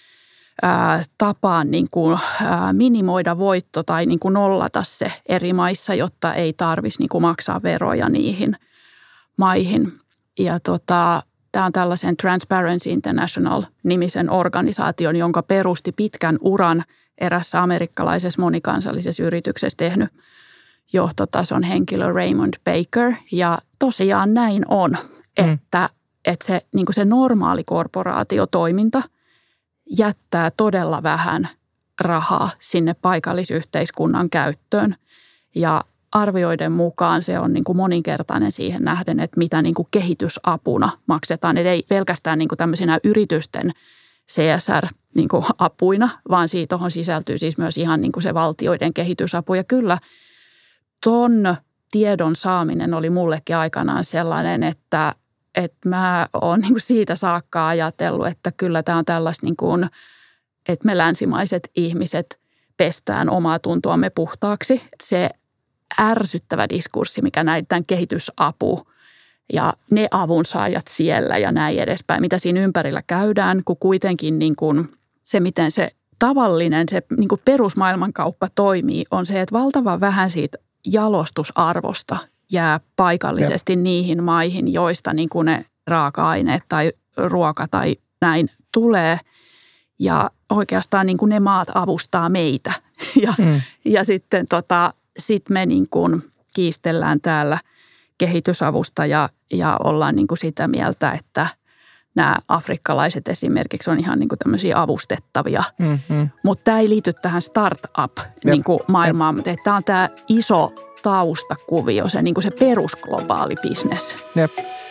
tapaan niin kuin, minimoida voitto tai niin kuin nollata se eri maissa, jotta ei tarvitsisi niin kuin maksaa veroja niihin maihin. Ja tämä on tällaisen Transparency International-nimisen organisaation, jonka perusti pitkän uran erässä amerikkalaisessa monikansallisessa yrityksessä tehnyt johtotason henkilö Raymond Baker. Ja tosiaan näin on, että se, niin kuin se normaali korporaatiotoiminta jättää todella vähän rahaa sinne paikallisyhteiskunnan käyttöön. Ja arvioiden mukaan se on niin kuin moninkertainen siihen nähden, että mitä niin kuin kehitysapuna maksetaan. Et ei pelkästään niin kuin tämmöisinä yritysten CSR-apuina, vaan tuohon sisältyy siis myös ihan niin kuin se valtioiden kehitysapu. Ja kyllä ton tiedon saaminen oli mullekin aikanaan sellainen, että mä oon niin kuin siitä saakka ajatellut, että kyllä tämä on tällaista, niin kuin, että me länsimaiset ihmiset pestään omaa tuntoamme puhtaaksi. Se ärsyttävä diskurssi, mikä tämän kehitysapu ja ne avunsaajat siellä ja näin edespäin, mitä siinä ympärillä käydään, kun kuitenkin niin kuin se, miten se tavallinen, se niin kuin perusmaailmankauppa toimii, on se, että valtavan vähän siitä jalostusarvosta jää paikallisesti niihin maihin, joista niin kuin ne raaka-aineet tai ruoka tai näin tulee. Ja oikeastaan niin kuin ne maat avustaa meitä. Ja sitten sit me niin kuin kiistellään täällä kehitysavusta ja ollaan niin kuin sitä mieltä, että nämä afrikkalaiset esimerkiksi on ihan niin kuin tämmöisiä avustettavia. Mutta tämä ei liity tähän startup-maailmaan, mutta tämä on tämä iso taustakuvio, se, niin kuin se perusglobaali bisnes. Jep.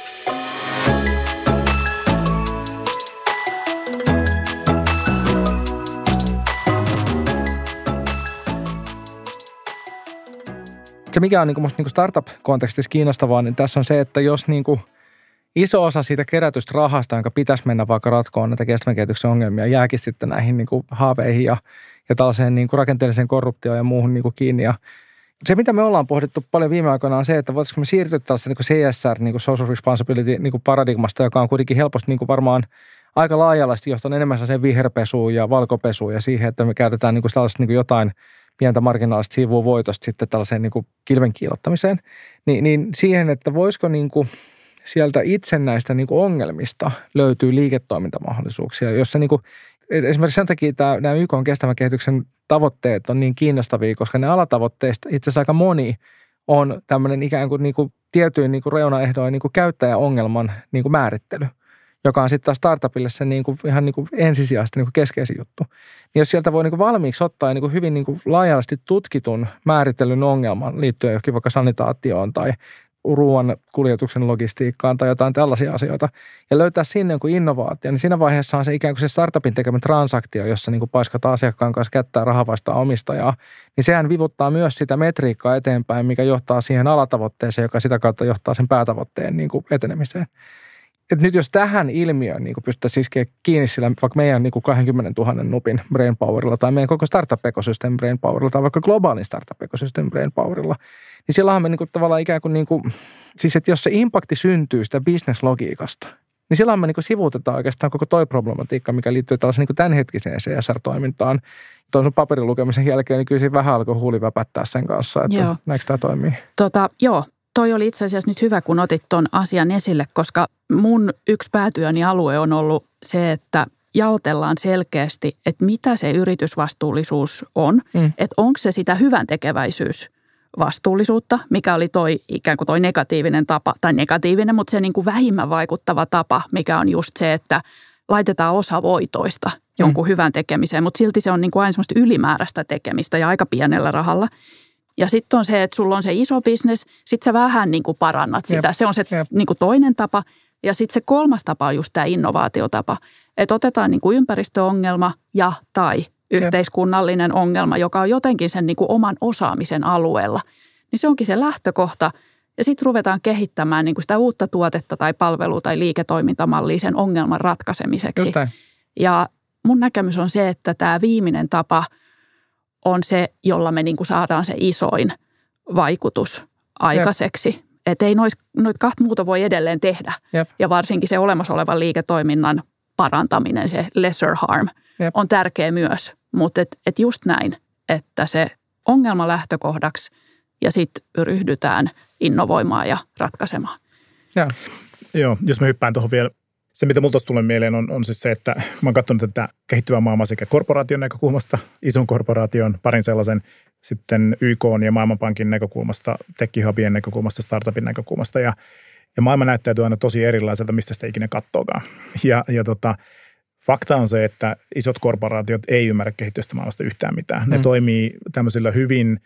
Se, mikä on musta startup-kontekstissa kiinnostavaa, niin tässä on se, että jos iso osa siitä kerätystä rahasta, jonka pitäisi mennä vaikka ratkoon näitä kestävän kehityksen ongelmia, jääkin sitten näihin haaveihin ja tällaiseen rakenteelliseen korruptioon ja muuhun kiinni. Ja se, mitä me ollaan pohdittu paljon viime aikoina, on se, että voitaisiinko me siirtyä tällaista CSR, social responsibility paradigmasta, joka on kuitenkin helposti varmaan aika laajalaisesti johtanut enemmän sen viherpesuun ja valkopesuun ja siihen, että me käytetään tällaista jotain pientä marginaalista sivua voitosta sitten tällaiseen kilven kiilottamiseen, niin siihen, että voisiko sieltä itse näistä ongelmista löytyy liiketoimintamahdollisuuksia, jossa esimerkiksi sen takia nämä YK:n kestävän kehityksen tavoitteet on niin kiinnostavia, koska ne alatavoitteista itse asiassa aika moni on tämmöinen ikään kuin tietyin reunaehdoin käyttäjäongelman määrittely, joka on sitten taas startupille se ihan ensisijaisesti keskeisin juttu. Niin jos sieltä voi valmiiksi ottaa hyvin laajasti tutkitun määrittelyn ongelman liittyen johonkin vaikka sanitaatioon tai ruoan kuljetuksen logistiikkaan tai jotain tällaisia asioita ja löytää sinne jonkun innovaatio, niin siinä vaiheessa on se ikään kuin se startupin tekemä transaktio, jossa paiskataan asiakkaan kanssa kättää rahaa vastaan omistajaa, niin sehän vivuttaa myös sitä metriikkaa eteenpäin, mikä johtaa siihen alatavoitteeseen, joka sitä kautta johtaa sen päätavoitteen etenemiseen. Et nyt jos tähän ilmiöön pystyttäisiin iskeä kiinni sillä vaikka meidän 20 000 nupin brainpowerilla tai meidän koko startup-ekosysteemin brainpowerilla tai vaikka globaalin startup-ekosysteemin brainpowerilla, niin silloinhan me tavallaan ikään kuin, siis että jos se impakti syntyy sitä business-logiikasta, niin silloin me sivuutetaan oikeastaan koko toi problematiikka, mikä liittyy tällaisen tämänhetkiseen CSR-toimintaan. Tuon sun paperin lukemisen jälkeen, niin kyllä siinä vähän alkoi huuli väpättää sen kanssa, että näinkö tämä toimii? Joo. Toi oli itse asiassa nyt hyvä, kun otit ton asian esille, koska mun yksi päätyöni alue on ollut se, että jaotellaan selkeästi, että mitä se yritysvastuullisuus on. Että onko se sitä hyvän tekeväisyys vastuullisuutta, mikä oli ikään kuin toi negatiivinen tapa, tai negatiivinen, mutta se niin kuin vähimmän vaikuttava tapa, mikä on just se, että laitetaan osa voitoista jonkun hyvän tekemiseen, mutta silti se on niin kuin aina semmoista ylimääräistä tekemistä ja aika pienellä rahalla. Ja sitten on se, että sulla on se iso bisnes, sitten sä vähän niin kuin parannat sitä. Se on se niin kuin toinen tapa. Ja sitten se kolmas tapa on just tämä innovaatiotapa, että otetaan niin kuin ympäristöongelma tai yhteiskunnallinen ongelma, joka on jotenkin sen niin kuin oman osaamisen alueella. Niin se onkin se lähtökohta. Ja sitten ruvetaan kehittämään niin kuin sitä uutta tuotetta tai palvelua tai liiketoimintamallia sen ongelman ratkaisemiseksi. Ja mun näkemys on se, että tämä viimeinen tapa on se, jolla me niin kuin saadaan se isoin vaikutus aikaiseksi. Että ei noita kahta muuta voi edelleen tehdä. Ja varsinkin se olemassa olevan liiketoiminnan parantaminen, se lesser harm, on tärkeä myös. Mutta et just näin, että se ongelma lähtökohdaksi ja sitten ryhdytään innovoimaan ja ratkaisemaan. Joo, jos mä hyppään tuohon vielä. Se, mitä multa tulee mieleen, on siis se, että mä oon katsonut tätä kehittyvää maailmaa sekä korporaation näkökulmasta, ison korporaation, parin sellaisen, sitten YK:n ja Maailmanpankin näkökulmasta, tech-hubien näkökulmasta, startupin näkökulmasta. Ja maailma näyttäytyy aina tosi erilaiselta, mistä sitä ikinä kattookaan. Fakta on se, että isot korporaatiot ei ymmärrä kehittyvästä maailmasta yhtään mitään. Ne toimii tämmöisillä hyvin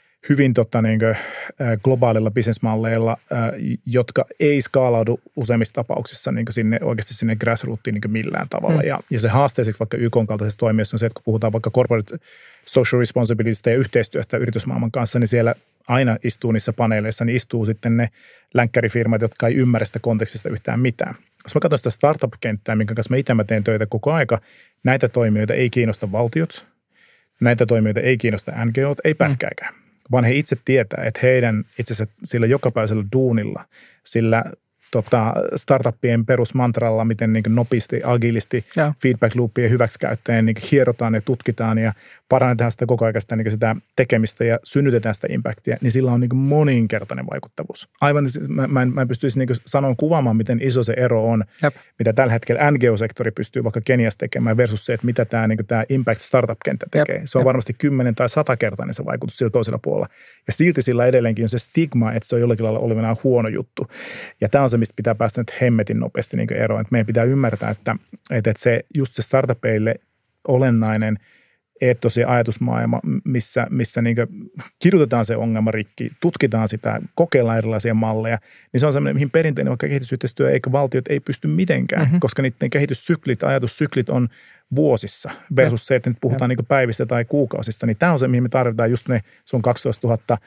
globaalilla bisnesmalleilla, jotka ei skaalaudu useimmissa tapauksissa oikeasti sinne grassrootiin millään tavalla. Ja se haasteeksi vaikka YK:n kaltaisessa toimijassa on se, että kun puhutaan vaikka corporate social responsibilitystä ja yhteistyöstä yritysmaailman kanssa, niin siellä aina istuu niissä paneeleissa, niin istuu sitten ne länkkärifirmat, jotka ei ymmärrä sitä kontekstista yhtään mitään. Jos mä katson sitä startup-kenttää, minkä kanssa mä teen töitä koko aika, näitä toimijoita ei kiinnosta valtiot, näitä toimijoita ei kiinnosta NGOt, ei pätkääkään. Vaan he itse tietää, että heidän itse asiassa sillä jokapäiväisellä duunilla, sillä startuppien perusmantralla, miten niin nopeasti, agilisti feedback-loopien hyväksikäyttäen niin hierotaan ja tutkitaan ja parannetaan sitä koko ajan sitä tekemistä ja synnytetään sitä impactia, niin sillä on niin moninkertainen vaikuttavuus. Aivan, mä en pystyisi niin sanoa kuvaamaan, miten iso se ero on, mitä tällä hetkellä NGO-sektori pystyy vaikka Keniassa tekemään versus se, että mitä tämä impact startup-kenttä tekee. Se on varmasti 10 tai 100-kertainen se vaikutus sillä toisella puolella. Ja silti sillä edelleenkin on se stigma, että se on jollakin lailla olevana huono juttu. Ja tämä on se, mistä pitää päästä nyt hemmetin nopeasti eroon. Että meidän pitää ymmärtää, että just se startupeille olennainen eettos- ja ajatusmaailma, missä kirjoitetaan se ongelma rikki, tutkitaan sitä, kokeillaan erilaisia malleja, niin se on sellainen, mihin perinteinen vaikka kehitysyhteistyö eikä valtiot ei pysty mitenkään, koska niiden kehityssyklit, ajatussyklit on vuosissa versus se, että nyt puhutaan päivistä tai kuukausista, niin tämä on se, mihin me tarvitaan just ne sun 12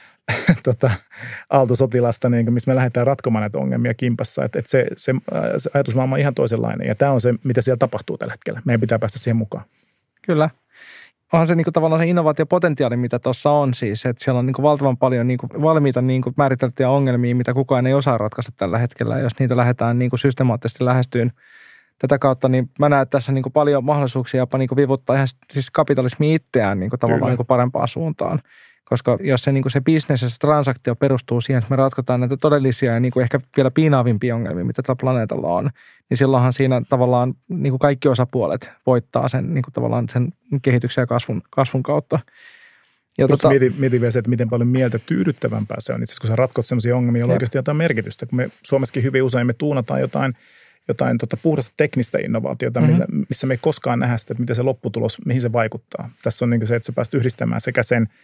000 aaltosotilasta, missä me lähdetään ratkomaan näitä ongelmia kimpassa, että se ajatusmaailma on ihan toisenlainen ja tämä on se, mitä siellä tapahtuu tällä hetkellä. Meidän pitää päästä siihen mukaan. Kyllä. Onhan se tavallaan se innovaatiopotentiaali, mitä tuossa on siis, että siellä on valtavan paljon valmiita määriteltyjä ongelmia, mitä kukaan ei osaa ratkaista tällä hetkellä. Jos niitä lähdetään systemaattisesti lähestyyn tätä kautta, niin mä näen tässä paljon mahdollisuuksia jopa vivuttaa ihan siis kapitalismi itseään tavallaan parempaan suuntaan. Koska jos se business ja se transaktio perustuu siihen, että me ratkotaan näitä todellisia ja ehkä vielä piinaavimpia ongelmia, mitä tällä planeetalla on, niin silloinhan siinä tavallaan kaikki osapuolet voittaa sen tavallaan sen kehityksen ja kasvun kautta. Ja mietin vielä se, että miten paljon mieltä tyydyttävämpää se on itse asiassa, kun sä ratkot sellaisia ongelmia, joilla oikeasti jotain merkitystä. Kun me Suomessakin hyvin usein me tuunataan jotain puhdasta teknistä innovaatiota, missä me ei koskaan nähdä sitä, että miten se lopputulos, mihin se vaikuttaa. Tässä on se, että sä pääst yhdistämään sekä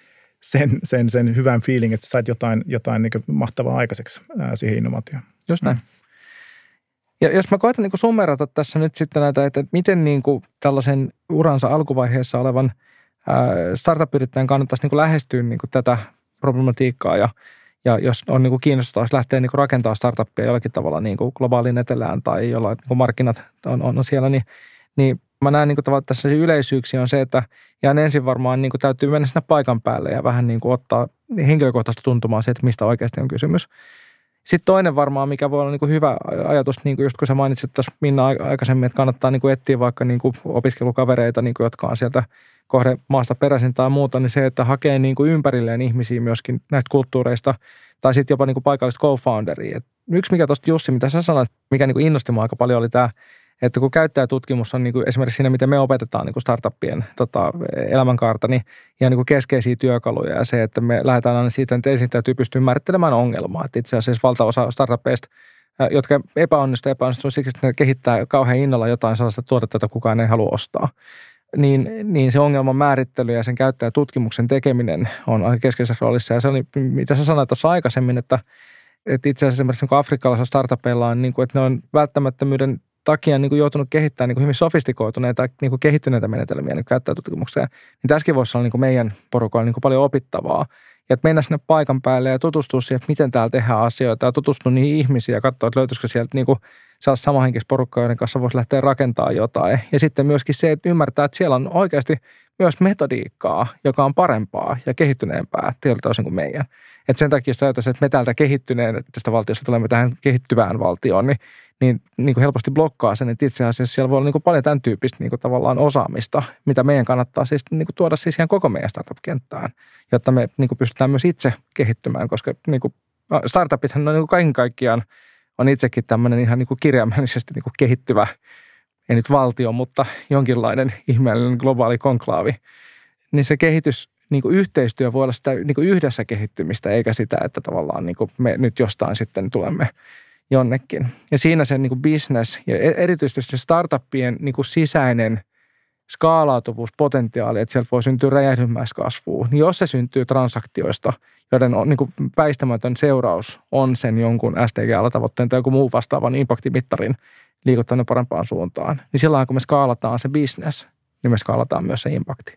sen hyvän feeling, että sä sait jotain mahtavaa aikaiseksi siihen innovaatioon. Just näin. Ja jos mä koitan summerata tässä nyt sitten näitä, että miten tällaisen uransa alkuvaiheessa olevan startup-yrittäjän kannattaisi lähestyä tätä problematiikkaa ja jos on kiinnostaa lähteä rakentaa startuppia jollakin tavalla globaaliin etelään tai jollain markkinat on siellä, niin mä näen tavallaan tässä yleisyyksiä on se, että ihan ensin varmaan täytyy mennä sinne paikan päälle ja vähän ottaa henkilökohtaisesti tuntumaan se, että mistä oikeasti on kysymys. Sitten toinen varmaan, mikä voi olla hyvä ajatus, just kun sä mainitsit tässä Minna aikaisemmin, että kannattaa etsiä vaikka opiskelukavereita, jotka on sieltä kohdemaasta peräisin tai muuta, niin se, että hakee ympärilleen ihmisiä myöskin näistä kulttuureista tai sitten jopa paikallista co-founderia. Yksi mikä tuosta Jussi, mitä sä sanoit, mikä innosti mua aika paljon oli tämä, Että kun käyttäjätutkimus on niin kuin esimerkiksi siinä, miten me opetetaan niin kuin startuppien elämänkaarta, niin ihan niin kuin keskeisiä työkaluja ja se, että me lähdetään aina siitä, että ensin täytyy pystyä määrittelemään ongelmaa. Että itse asiassa valtaosa startuppeista, jotka epäonnistuu siksi, että ne kehittää kauhean innolla jotain sellaista tuotetta, jota kukaan ei halua ostaa. Niin se ongelman määrittely ja sen käyttäjätutkimuksen tekeminen on aika keskeisessä roolissa. Ja se oli, mitä sä sanoit tuossa aikaisemmin, että itse asiassa esimerkiksi niin afrikkalaisilla startupeilla on, niin kuin, että ne on välttämättömyyden takia niin kuin joutunut kehittämään niin kuin hyvin sofistikoituneita, niin kuin kehittyneitä menetelmiä niin käyttäjätutkimukseen. Niin tässäkin voisi olla niin kuin meidän porukalla niin kuin paljon opittavaa. Ja että mennä sinne paikan päälle ja tutustua siihen, että miten täällä tehdään asioita ja tutustua niihin ihmisiin ja katsoa, että löytyisikö sieltä niin kuin sellaista samanhenkistä porukkaa, joiden kanssa voisi lähteä rakentamaan jotain. Ja sitten myöskin se, että ymmärtää, että siellä on oikeasti myös metodiikkaa, joka on parempaa ja kehittyneempää tietyllä toisin kuin meidän. Että sen takia, jos ajatellaan, että me täältä kehittyneen tästä valtiosta tulemme tähän kehittyvään valtioon, niin kuin helposti blokkaa sen, että itse asiassa siellä voi olla niin kuin paljon tämän tyyppistä niin kuin tavallaan osaamista, mitä meidän kannattaa siis niin kuin tuoda siis ihan koko meidän startup-kenttään, jotta me niin kuin pystytään myös itse kehittymään, koska niin kuin startupithan on niin kuin kaiken kaikkiaan on itsekin tämmöinen ihan niin kuin kirjaimellisesti niin kuin kehittyvä, ei nyt valtio, mutta jonkinlainen ihmeellinen globaali konklaavi, niin se kehitys, niin kuin yhteistyö voi olla sitä niin kuin yhdessä kehittymistä, eikä sitä, että tavallaan niin kuin me nyt jostain sitten tulemme jonnekin. Ja siinä se niin kuin business ja erityisesti se startuppien niin kuin sisäinen skaalautuvuuspotentiaali, että sieltä voi syntyä räjähdysmäiskasvua, niin jos se syntyy transaktioista, joiden on, niin kuin väistämätön seuraus on sen jonkun SDG-alatavoitteen tai joku muu vastaavan impactimittarin liikuttanut parempaan suuntaan, niin silloin kun me skaalataan se business, niin me skaalataan myös se impacti.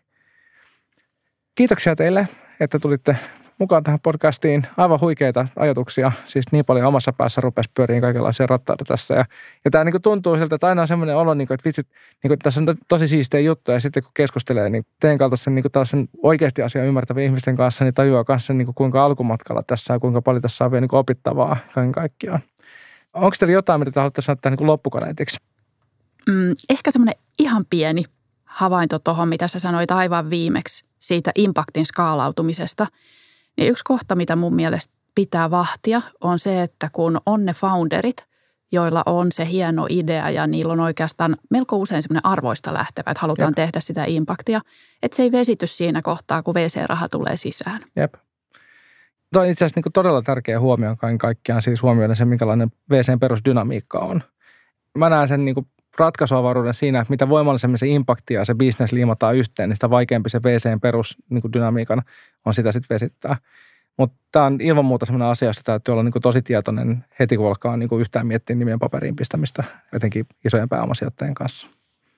Kiitoksia teille, että tulitte mukaan tähän podcastiin. Aivan huikeita ajatuksia. Siis niin paljon omassa päässä rupesi pyöriin kaikenlaisia rattaita tässä. Ja tämä niin tuntuu siltä, että aina on semmoinen olo, että vitsit, niin tässä on tosi siistejä juttuja. Ja sitten kun keskustelee niin teidän kaltaisen niin tällaisen oikeasti asiaa ymmärtävien ihmisten kanssa, niin tajuaa kanssa niin kuinka alkumatkalla tässä on, kuinka paljon tässä on vielä niin opittavaa kaiken kaikkiaan. Onko teillä jotain, mitä te haluatte sanoa tähän niin loppukaneetiksi? Ehkä semmoinen ihan pieni havainto tuohon, mitä sä sanoit aivan viimeksi siitä impactin skaalautumisesta. Ja yksi kohta, mitä mun mielestä pitää vahtia, on se, että kun on ne founderit, joilla on se hieno idea ja niillä on oikeastaan melko usein semmoinen arvoista lähtevä, että halutaan tehdä sitä impactia, että se ei vesity siinä kohtaa, kun VC-raha tulee sisään. Jep. Tuo on itse asiassa niin todella tärkeä huomio kaiken kaikkiaan, siis huomioida se, minkälainen VC:n perusdynamiikka on. Mä näen sen niin ratkaisuavaruuden siinä, että mitä voimallisemmin se impakti ja se business liimataan yhteen, niin sitä vaikeampi se VC:n perusdynamiikan on sitä sitten vesittää. Mutta tämä on ilman muuta sellainen asia, josta täytyy olla niin tosi tietoinen heti, kun alkaa niin yhtään miettiä nimien paperiin pistämistä, etenkin isojen pääomasijoittajien kanssa.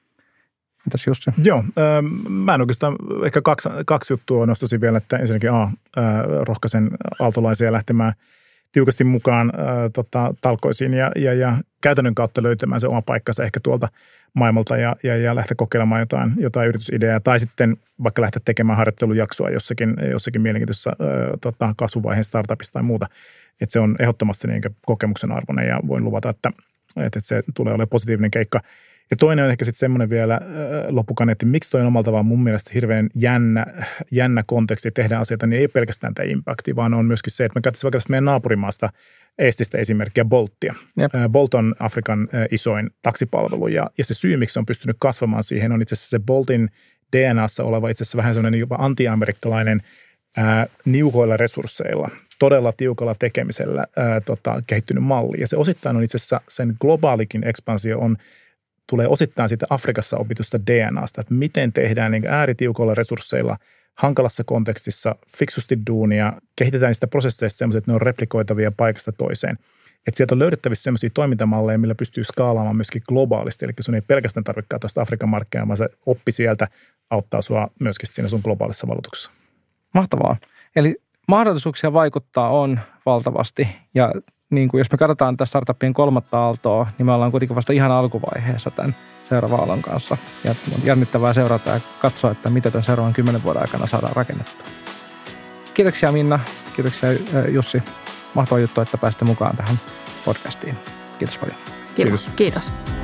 Mitäs Jussi? Joo, mä en oikeastaan ehkä kaksi juttua nostaisin vielä, että ensinnäkin rohkaisen aaltolaisia lähtemään tiukasti mukaan talkoisiin ja käytännön kautta löytämään se oma paikkansa ehkä tuolta maailmalta ja lähteä kokeilemaan jotain yritysideaa tai sitten vaikka lähteä tekemään harjoittelujaksoa jossakin mielenkiintoisessa kasvuvaiheen startupissa tai muuta. Että se on ehdottomasti niin kokemuksen arvoinen ja voin luvata, että se tulee olemaan positiivinen keikka. Ja toinen on ehkä sitten semmoinen vielä loppukaneetti, miksi toi on omalla tavallaan mun mielestä hirveän jännä konteksti tehdä asioita, niin ei pelkästään tämä impakti, vaan on myöskin se, että me katsotaan vaikka tästä meidän naapurimaasta Eestistä esimerkkiä Boltia. Jep. Bolt on Afrikan isoin taksipalvelu ja se syy, miksi se on pystynyt kasvamaan siihen, on itse asiassa se Boltin DNAssa oleva itse asiassa vähän semmoinen jopa anti-amerikkalainen niukoilla resursseilla, todella tiukalla tekemisellä kehittynyt malli. Ja se osittain on itse asiassa sen globaalikin ekspansio tulee osittain siitä Afrikassa opitusta DNAsta, että miten tehdään niin ääritiukoilla resursseilla hankalassa kontekstissa fiksusti duunia, kehitetään niistä prosesseista semmoisia, että ne on replikoitavia paikasta toiseen. Että sieltä on löydettävissä semmoisia toimintamalleja, millä pystyy skaalaamaan myöskin globaalisti, eli sun ei pelkästään tarvitse tästä Afrikan markkinaa, vaan se oppi sieltä auttaa sua myöskin siinä sun globaalissa valutuksessa. Mahtavaa. Eli mahdollisuuksia vaikuttaa on valtavasti ja niin kuin jos me katsotaan tätä startuppien kolmatta aaltoa, niin me ollaan kuitenkin vasta ihan alkuvaiheessa tämän seuraavan aallon kanssa. Ja on jännittävää seurata ja katsoa, että mitä tämän seuraavan 10 vuoden aikana saadaan rakennettua. Kiitoksia Minna, kiitoksia Jussi. Mahtava juttu, että pääsitte mukaan tähän podcastiin. Kiitos paljon. Kiitos.